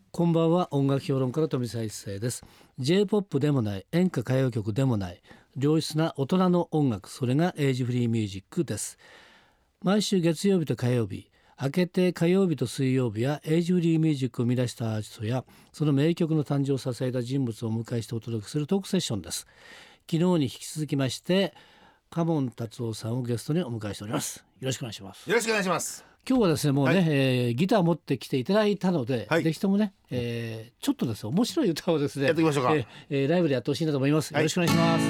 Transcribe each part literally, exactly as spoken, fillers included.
こんばんは。音楽評論家の富澤一世です。 J-ポップ でもない、演歌歌謡曲でもない、良質な大人の音楽、それがエイジフリーミュージックです。毎週月曜日と火曜日、明けて火曜日と水曜日はエイジフリーミュージックを生み出したアーティストやその名曲の誕生を支えた人物をお迎えしてお届けするトークセッションです。昨日に引き続きまして嘉門達夫さんをゲストにお迎えしております。よろしくお願いします。 よろしくお願いします。 今日はですねもうね、はい、えー、ギター持ってきていただいたので、はい、ぜひともね、えー、ちょっとですね面白い歌をですねやっていきましょうか。 えーえー、ライブでやってほしいなと思います。よろしくお願いします。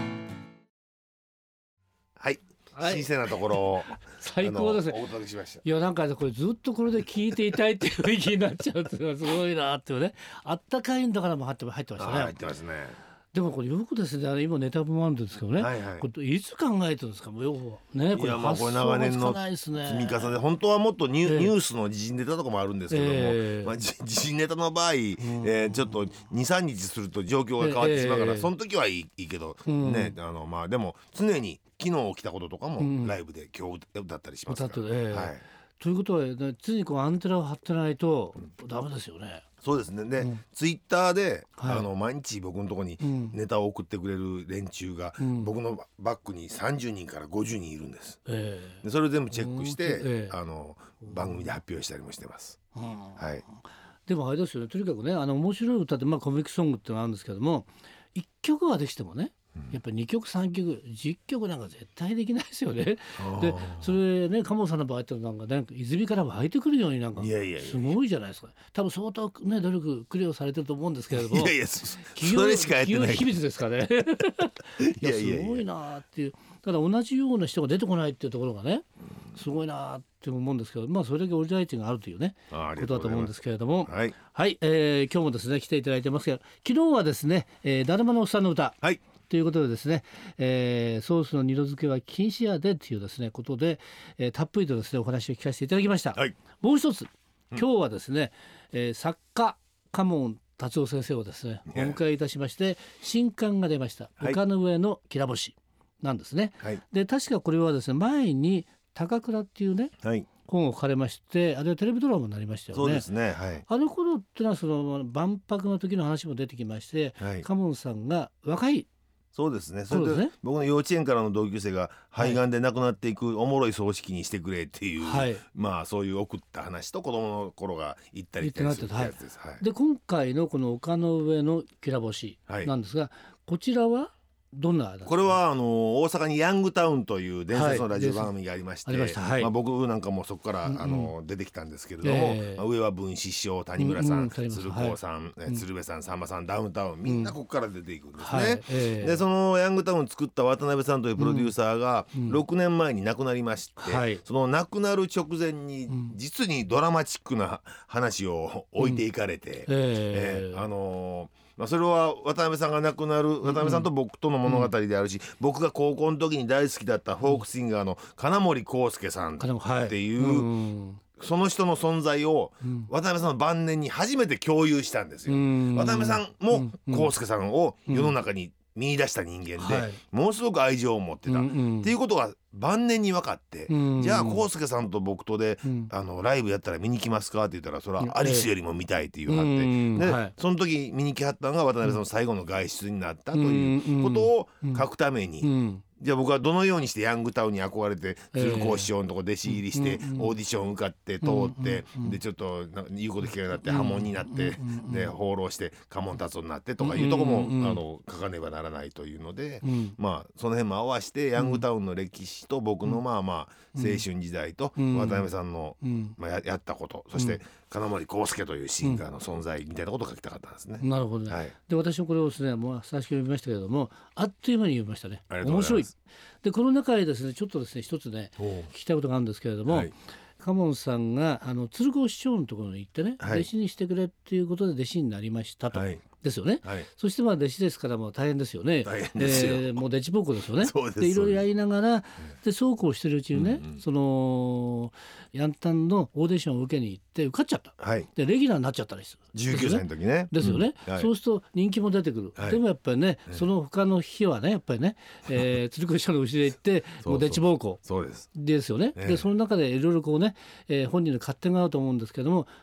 はい、はい、新鮮なところを最高ですね。 お届けしました。 いやなんかこれずっとこれで聴いていたいっていう雰囲気になっちゃうっていうのはすごいなっていうね。あったかいんだからも入って入ってましたね。 入ってますね。 でもこれよくですね、あれ今ネタもあるんですけどね、はいはい、これいつ考えてるんですか。もうよくね、これ発想がつかないですね。 積み重ね、本当はもっとニュ、えー、ニュースの時事ネタとかもあるんですけども、えーまあ、時事ネタの場合、うん、えー、ちょっと にさんにちすると状況が変わってしまうから、えー、その時はいい、いいけど、うん、ね、あのまあでも常に昨日起きたこととかもライブで今日歌ったりしますから、うん、えーはい、 ということは、ね、常にこうアンテナを張ってないとダメですよね。 そうですね。で、うん、ツイッターで、はい、あの毎日僕のところにネタを送ってくれる連中が、うん、僕のバックにさんじゅうにんからごじゅうにんいるんです、えー、でそれを全部チェックして、えー、あの番組で発表したりもしてます、うん、はい、 でもあれですよね、とにかくね、あの面白い歌って、まあ、コミックソングってのがあるんですけども、いっきょくはできてもね、やっぱりにきょくさんきょくじゅっきょくなんか絶対できないですよね。でそれね、嘉門さんの場合ってなんか、ね、泉から湧いてくるようになんかすごいじゃないですか。多分相当ね努力苦慮されてると思うんですけれども、 いやいや そ, それしかやってない。 企業秘密ですかね。いやすごいなっていう。ただ同じような人が出てこないっていうところがねすごいなって思うんですけど、まあそれだけオリジナリティがあるというねことだと思うんですけれども、はい、はい、えー、今日もですね来ていただいてますけど、昨日はですね、えー、だるまのおっさんの歌、はいということでですね、えー、ソースの二度漬けは禁止やでというですねことで、えー、たっぷりとですねお話を聞かせていただきました、はい、もう一つ今日はですね、うん、えー、作家嘉門達夫先生をですねお迎えいたしまして、新刊が出ました、はい、丘の上のきら星なんですね、はい、で確かこれはですね前に高倉っていうね、はい、本を書かれまして、あれはテレビドラマになりましたよね。 そうですね、はい、 あの頃ってのはその万博の時の話も出てきまして、はい、嘉門さんが若い、 そうですね。それで僕の幼稚園からの同級生が肺がんで亡くなっていくおもろい葬式にしてくれっていう、はい、まあそういう送った話と子供の頃が言ったり来たりするやつです、はいはい、 で今回のこの丘の上のきら星なんですが、はい、こちらはどんなこれはあの大阪にヤングタウンという伝説のラジオ番組がありまして、はい、まあ、僕なんかもそこから、うんうん、あの出てきたんですけれども、えーまあ、上は文枝師匠、谷村さん、うんうん、鶴光さん、はい、鶴瓶さん、さんまさん、ダウンタウン、みんなここから出ていくんですね、うんはい、えー、でそのヤングタウン作った渡辺さんというプロデューサーがろくねんまえに亡くなりまして、うんはい、その亡くなる直前に実にドラマチックな話を置いていかれて、うん、えーえー、あのーまあ、それは渡辺さんが亡くなる渡辺さんと僕との物語であるし、うん、僕が高校の時に大好きだったフォークシンガーの金森康介さんっていう、はい、うん、その人の存在を渡辺さんの晩年に初めて共有したんですよ、うん、渡辺さんも康介さんを世の中に見出した人間で、はい、ものすごく愛情を持ってた、うんうん、っていうことが晩年に分かって、うん、じゃあ康介さんと僕とで、うん、あのライブやったら見に来ますかって言ったら、それはアリスよりも見たいって言うはって、うんで、はい、その時見に来はったのが渡辺さんの最後の外出になったということを書くために、うんうんじゃあ僕はどのようにしてヤングタウンに憧れて鶴光師匠のとこ弟子入りしてオーディション受かって通ってでちょっと言うこと聞けなくなって破門になってで放浪して嘉門達夫になってとかいうとこもあの書かねばならないというので、まあその辺も合わせてヤングタウンの歴史と僕のまあまあ青春時代と渡辺さんのまあやったこと、そして金森康介というシンガーの存在みたいなことを書きたかったんですね。 なるほどね、はい、で私もこれをですねもう最初読みましたけれども、あっという間に読みましたね。面白い。でこの中でですねちょっとですね一つね聞きたいことがあるんですけれども、はい、嘉門さんがあの鶴光師匠のところに行ってね、はい、弟子にしてくれっていうことで弟子になりましたと、はい、ですよね、はい、そしてまあ弟子ですからもう大変ですよね。 大変ですよ、 えー、もうデチボコですよね。 そうです。 でいろいろやりながらでそうこうしてるうちにね、うんうん、そのヤンタンのオーディションを受けに行って受かっちゃった、はい、でレギュラーになっちゃったりするじゅうきゅうさいの時ねですよね、うんはい、そうすると人気も出てくる、はい、でもやっぱりねその他の日はねやっぱりね、えー、鶴光師匠の後ろへ行ってもうデチ暴行ですよね。でその中でいろいろこうね、えー、本人の勝手があると思うんですけども、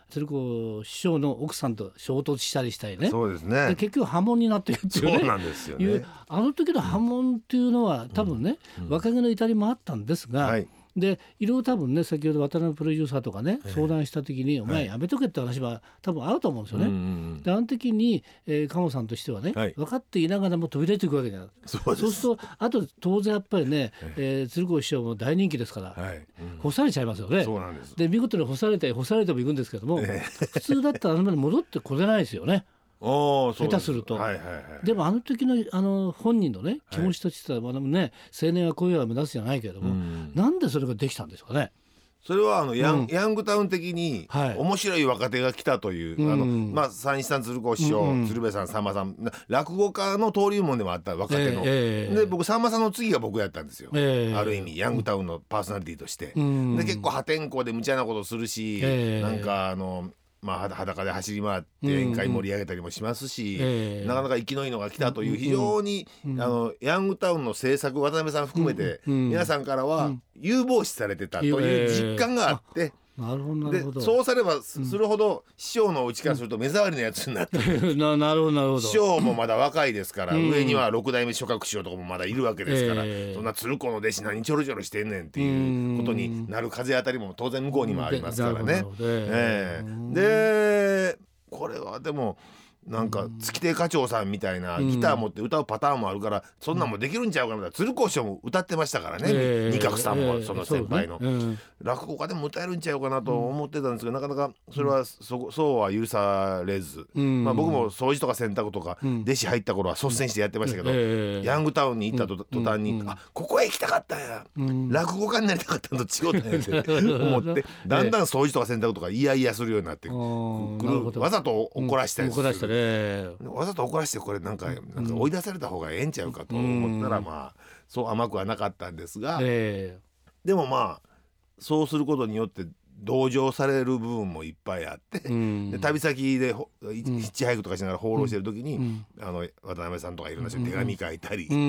鶴子師匠の奥さんと衝突したりしたりね。 そうですね。 で結局破門になっているっていうね。 そうなんですよね。 いうあの時の破門っていうのは、うん、多分ね、うん、若気の至りもあったんですが、はい、でいろいろ多分ね先ほど渡辺プロデューサーとかね、えー、相談した時に、お前やめとけって話は多分あると思うんですよね。うんうんうん、であの時に、えー、鴨さんとしてはね、はい、分かっていながらも飛び出ていくわけじゃない。そうです。そうするとあと当然やっぱりね、えー、鶴子師匠も大人気ですから、はい、うん、干されちゃいますよね。そうなんです。で見事に干されて干されてもいくんですけども、えー、普通だったらあのまで戻ってこれないですよね。下手すると、はいはいはい、でもあの時のあの本人のね気持ちとしては、はい、ね、青年は恋を目指すじゃないけれども、うん、なんでそれができたんですかね。 それはあのヤン、うん、ヤングタウン的に面白い若手が来たという、はい、あのまあ、三枝さん、鶴子師匠、うん、鶴瓶さん、さんまさん、落語家の登竜門でもあった若手の、えーえー、で僕さんまさんの次が僕やったんですよ、えー、ある意味ヤングタウンのパーソナリティとして、うん、で結構破天荒で無茶なことするし、えー、なんかあのまあ、裸で走り回って宴会盛り上げたりもしますし、うんうん、えー、なかなか生きのいいのが来たという非常に、うんうん、あのヤングタウンの制作渡辺さん含めて、うんうん、皆さんからは有望視されてたという実感があって、えーなるほどなるほど。 でそうすればするほど、うん、師匠のうちからすると目障りなやつになってるな, なるほどなるほど。 師匠もまだ若いですから、うん、上には六代目諸閣師匠とかもまだいるわけですから、えー、そんな鶴子の弟子何ちょろちょろしてんねんっていうことになる風当たりも当然向こうにもありますからね。えー、でこれはでもなんか月亭課長さんみたいなギター持って歌うパターンもあるから、そんなんもできるんちゃうかな。鶴子師匠も歌ってましたからね、えー、二角さんもその先輩の、えーね、うん、落語家でも歌えるんちゃうかなと思ってたんですけど、なかなかそれは そ, そうは許されず、うん、まあ、僕も掃除とか洗濯とか、うん、弟子入った頃は率先してやってましたけど、えー、ヤングタウンに行ったと、途端に、うん、あここへ行きたかったんや、うん、落語家になりたかったのと違ったんやって思ってだんだん掃除とか洗濯とかイヤイヤするようになってくる。わざと怒らしたりする、うん、怒らしたね。わざと怒らしてこれなんか、なんか追い出された方がええんちゃうかと思ったら、まあそう甘くはなかったんですが、えー、でもまあそうすることによって同情される部分もいっぱいあって、うん、で旅先でヒッチハイクとかしながら放浪してる時に、うん、あの渡辺さんとかいろんな人に手紙書いたり、うん、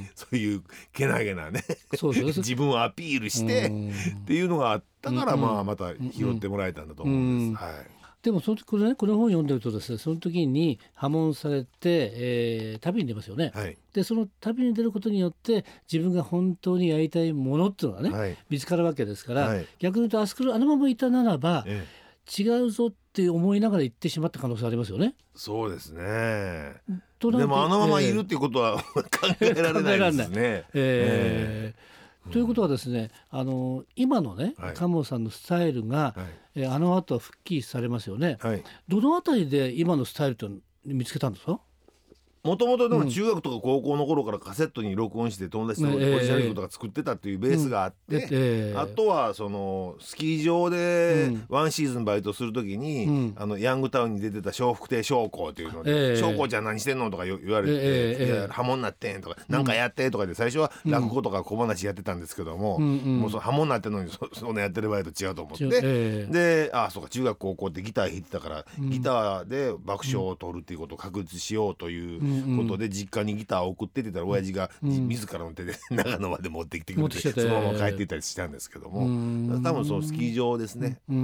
そういうけなげなね自分をアピールして、うん、っていうのがあったから、まあまた拾ってもらえたんだと思うんです、はい。 でもそのこれね、この本を読んでるとですね、その時に破門されて、えー、旅に出ますよね、はい、でその旅に出ることによって自分が本当にやりたいものっていうのがね、はい、見つかるわけですから、はい、逆に言うとあそこあのままいたならば、ええ、違うぞって思いながら行ってしまった可能性ありますよね。 そうですね。でもあのままいるっていうことは、えー、考えられないですね。えーえーということはですね、あの今のね、はい、鴨さんのスタイルが、はい、えあの後は復帰されますよね、はい、どのあたりで今のスタイルと見つけたんですか？ もともとでも中学とか高校の頃からカセットに録音して友達とオリジナル曲とか作ってたっていうベースがあって、えー、あとはそのスキー場でワンシーズンバイトするときに、うん、あのヤングタウンに出てた笑福亭昇子っていうので、えー、昇子ちゃん何してんのとか言われて、えー、いや破門なってんとか、うん、なんかやってとかで最初は落語とか小話やってたんですけども、うん、もうその破門なってんのに そ, そんなやってる場合と違うと思って、えー、であそうか中学高校ってギター弾いてたから、うん、ギターで爆笑を取るっていうことを確立しようということで、実家にギターを送ってって言ったら親父が自らの手で長野まで持ってきてくれて、うん、そのまま帰っていったりしたんですけども、うん、多分そのスキー場ですね、うん、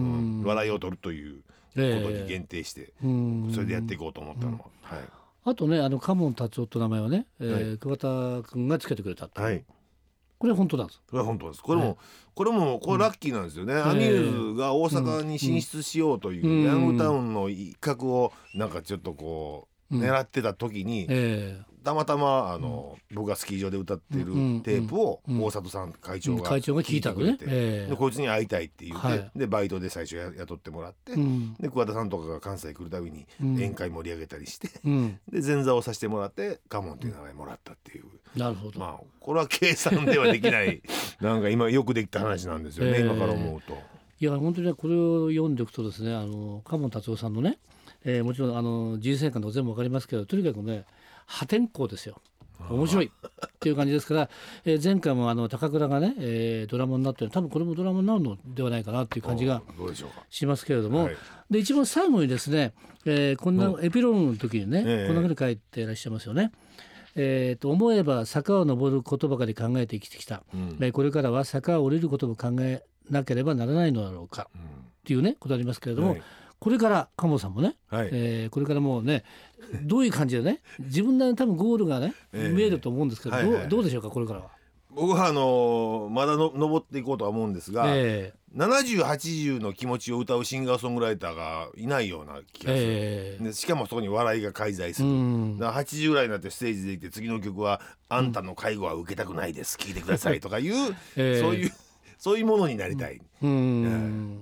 笑いを取るということに限定して、えー、それでやっていこうと思ったのは、うんはい、 あとねあのカモン達夫という名前はね、えーはい、桑田君がつけてくれたって、はい、これは本当なんです。 これは本当です。これも、ね、これもこれラッキーなんですよね、うん、アミューズが大阪に進出しようという、うん、ヤングタウンの一角をなんかちょっとこう狙ってた時に、うんえーたまたまあの、うん、僕がスキー場で歌ってるテープを大里さん会長が聞いてくれて、えー、でこいつに会いたいって言って、はい、でバイトで最初や雇ってもらって、うん、で桑田さんとかが関西来るたびに宴会盛り上げたりして、うん、で前座をさせてもらってカモンっていう名前もらったっていう、 うん、なるほど、 まあこれは計算ではできないなんか今よくできた話なんですよね、えー、今から思うと。 いや本当にねこれを読んでいくとですねあのカモン達夫さんのね、えー、もちろんあの人生観とか全部わかりますけどとにかくね破天荒ですよ。面白いっていう感じですから、えー、前回もあの高倉がね、えー、ドラマになって多分これもドラマになるのではないかなっていう感じがしますけれども、はい、で一番最後にですね、えー、こんなエピローグの時にね、うん、こんなふうに書いていらっしゃいますよね。えー、と思えば坂を登ることばかり考えて生きてきた、うんえー、これからは坂を降りることも考えなければならないのだろうか、うん、っていうねことありますけれども、はい、 これから鴨さんもね、 はいえー、これからもうねどういう感じでね自分なりに多分ゴールがね、えー、見えると思うんですけど、はいはい、どう、どうでしょうかこれからは。 僕はあのー、まだの登っていこうとは思うんですが、えー、ななじゅうはちじゅうの気持ちを歌うシンガーソングライターがいないような気がする、えー、でしかもそこに笑いが介在する、うん、だからはちじゅうぐらいになってステージで行って次の曲はあんたの介護は受けたくないです聴いてくださいとかいう、えー、そういうそういうものになりたい、うん、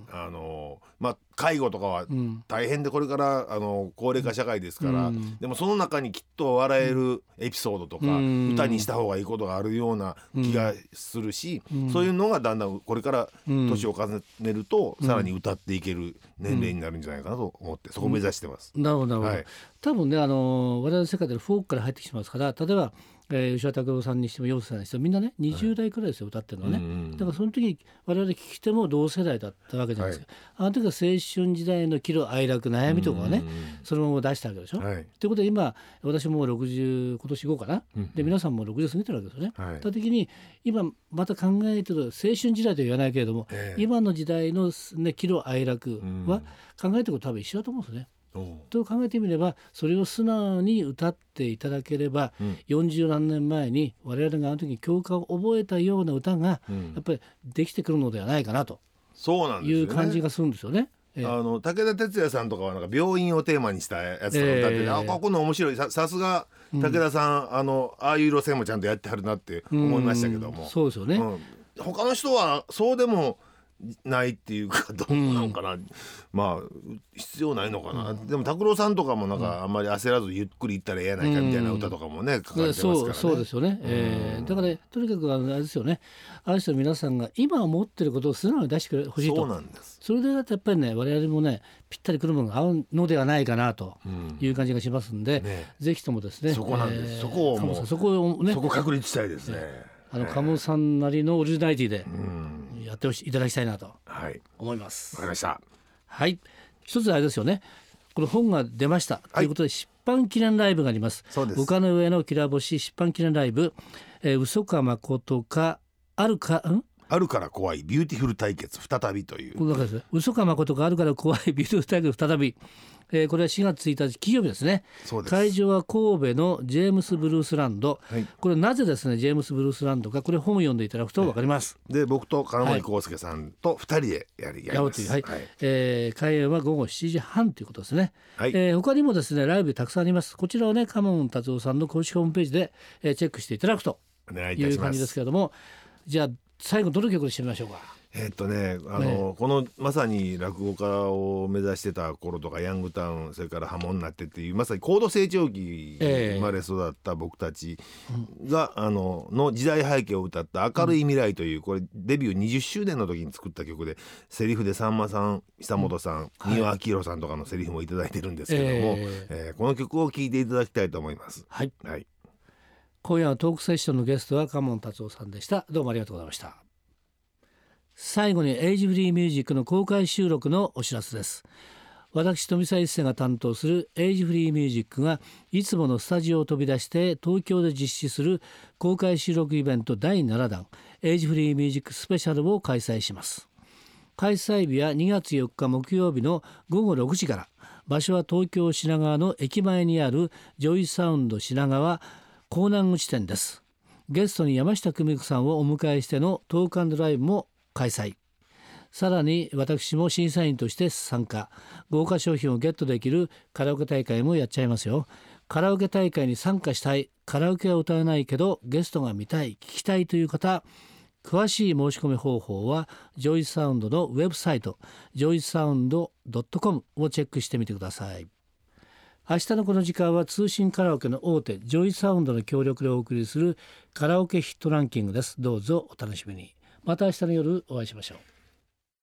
えー、あのまあ介護とかは大変でこれからあの高齢化社会ですから、うん、でもその中にきっと笑えるエピソードとか、うん、歌にした方がいいことがあるような気がするし、うん、そういうのがだんだんこれから年を重ねると、うん、さらに歌っていける年齢になるんじゃないかなと思ってそこを目指してます、 うん、なるほどなるほど、はい、多分ねあの我々の世界でフォークから入ってきてますから例えばえー、吉田拓郎さんにしても陽介さんにしてもみんなねにじゅう代くらいですよ、はい、歌ってるのね、うんうん、だからその時我々聞き手も同世代だったわけじゃないですか、はい、あの時は青春時代の喜怒哀楽悩みとかはね、うんうん、そのまま出したわけでしょ、はい、ということで今私もろくじゅう今年ごかな、うんうん、で皆さんもろくじゅう過ぎてるわけですよね、はい、た的に今また考えてる青春時代とは言わないけれども、えー、今の時代の、ね、喜怒哀楽は考えてること多分一緒だと思うんですよね、と考えてみればそれを素直に歌っていただければ、うん、よんじゅうなんねんまえに我々があの時に教科を覚えたような歌が、うん、やっぱりできてくるのではないかなという感じがするんですよね。 あの武田鉄矢さんとかはなんか病院をテーマにしたやつとか歌ってて、えー、あこの面白い さ, さすが武田さん、うん、あのああいう路線もちゃんとやってはるなって思いましたけども、 うん、そうですよね、うん、 他の人はそうでもないっていうかどうなのかな、うん、まあ必要ないのかな、うん、でも拓郎さんとかもなんかあんまり焦らずゆっくりいったらええやないかみたいな歌とかもね、うん、書かれてますからね。そう、 そうですよね、えー、だから、ね、とにかくあれですよねある人の皆さんが今思ってることを素直に出してほしいと。 そうなんです。 それでだとやっぱりね我々もねぴったりくるものが合うのではないかなという感じがしますんで、うんね、ぜひともですねそこなんです、えー、そこをもうそこを、ね、そこ確立したいですね、えー、あの鴨さんなりのオリジナリティで、うんやっていただきたいなと思います。 わかりました。 はい。一つあれですよね。この本が出ました、はい、ということで出版記念ライブがあります。 そうです。 丘の上のきら星出版記念ライブ、えー、嘘か誠かあるかんあるから怖いビューティフル対決再びという。 この中です。嘘か誠かあるから怖いビューティフル対決再び。えー、これはしがつついたち金曜日ですね。 そうです。 会場は神戸のジェームスブルースランド、はい、これなぜですねジェームスブルースランドかこれ本を読んでいただくと分かります、 はい、で僕と金森康介さんとふたりでやり、はい、やります、 はいはい、えー、開演はごごしちじはんということですね、はい、えー、他にもですねライブたくさんあります。こちらをねカモン達夫さんの公式ホームページで、えー、チェックしていただくという感じですけれども、じゃあ最後どの曲で締めましょうか。 えーっとねあの、ね、このまさに落語家を目指してた頃とかヤングタウンそれから波紋になってっていうまさに高度成長期に生まれ育った僕たちが、えー、あのの時代背景を歌った明るい未来という、うん、これデビューにじゅっしゅうねんの時に作った曲でセリフでさんまさん久本さん、うん、三輪明宏さんとかのセリフもいただいてるんですけども、えーえー、この曲を聴いていただきたいと思います。 はい、 はい、 今夜のトークセッションのゲストはカモン達夫さんでした。どうもありがとうございました。最後にエイジフリーミュージックの公開収録のお知らせです。私富澤一世が担当するエイジフリーミュージックがいつものスタジオを飛び出して東京で実施する公開収録イベントだいななだんエイジフリーミュージックスペシャルを開催します。開催日はにがつよっか木曜日のごごろくじから、場所は東京品川の駅前にあるジョイサウンド品川港南口店です。ゲストに山下久美子さんをお迎えしてのトーク&ライブも開催。さらに私も審査員として参加、豪華商品をゲットできるカラオケ大会もやっちゃいますよ。カラオケ大会に参加したい、カラオケは歌えないけどゲストが見たい聞きたいという方、詳しい申し込み方法はジョイサウンドのウェブサイト ジョイサウンドドットコム をチェックしてみてください。明日のこの時間は通信カラオケの大手ジョイサウンドの協力でお送りするカラオケヒットランキングです。どうぞお楽しみに。また明日の夜お会いしましょう。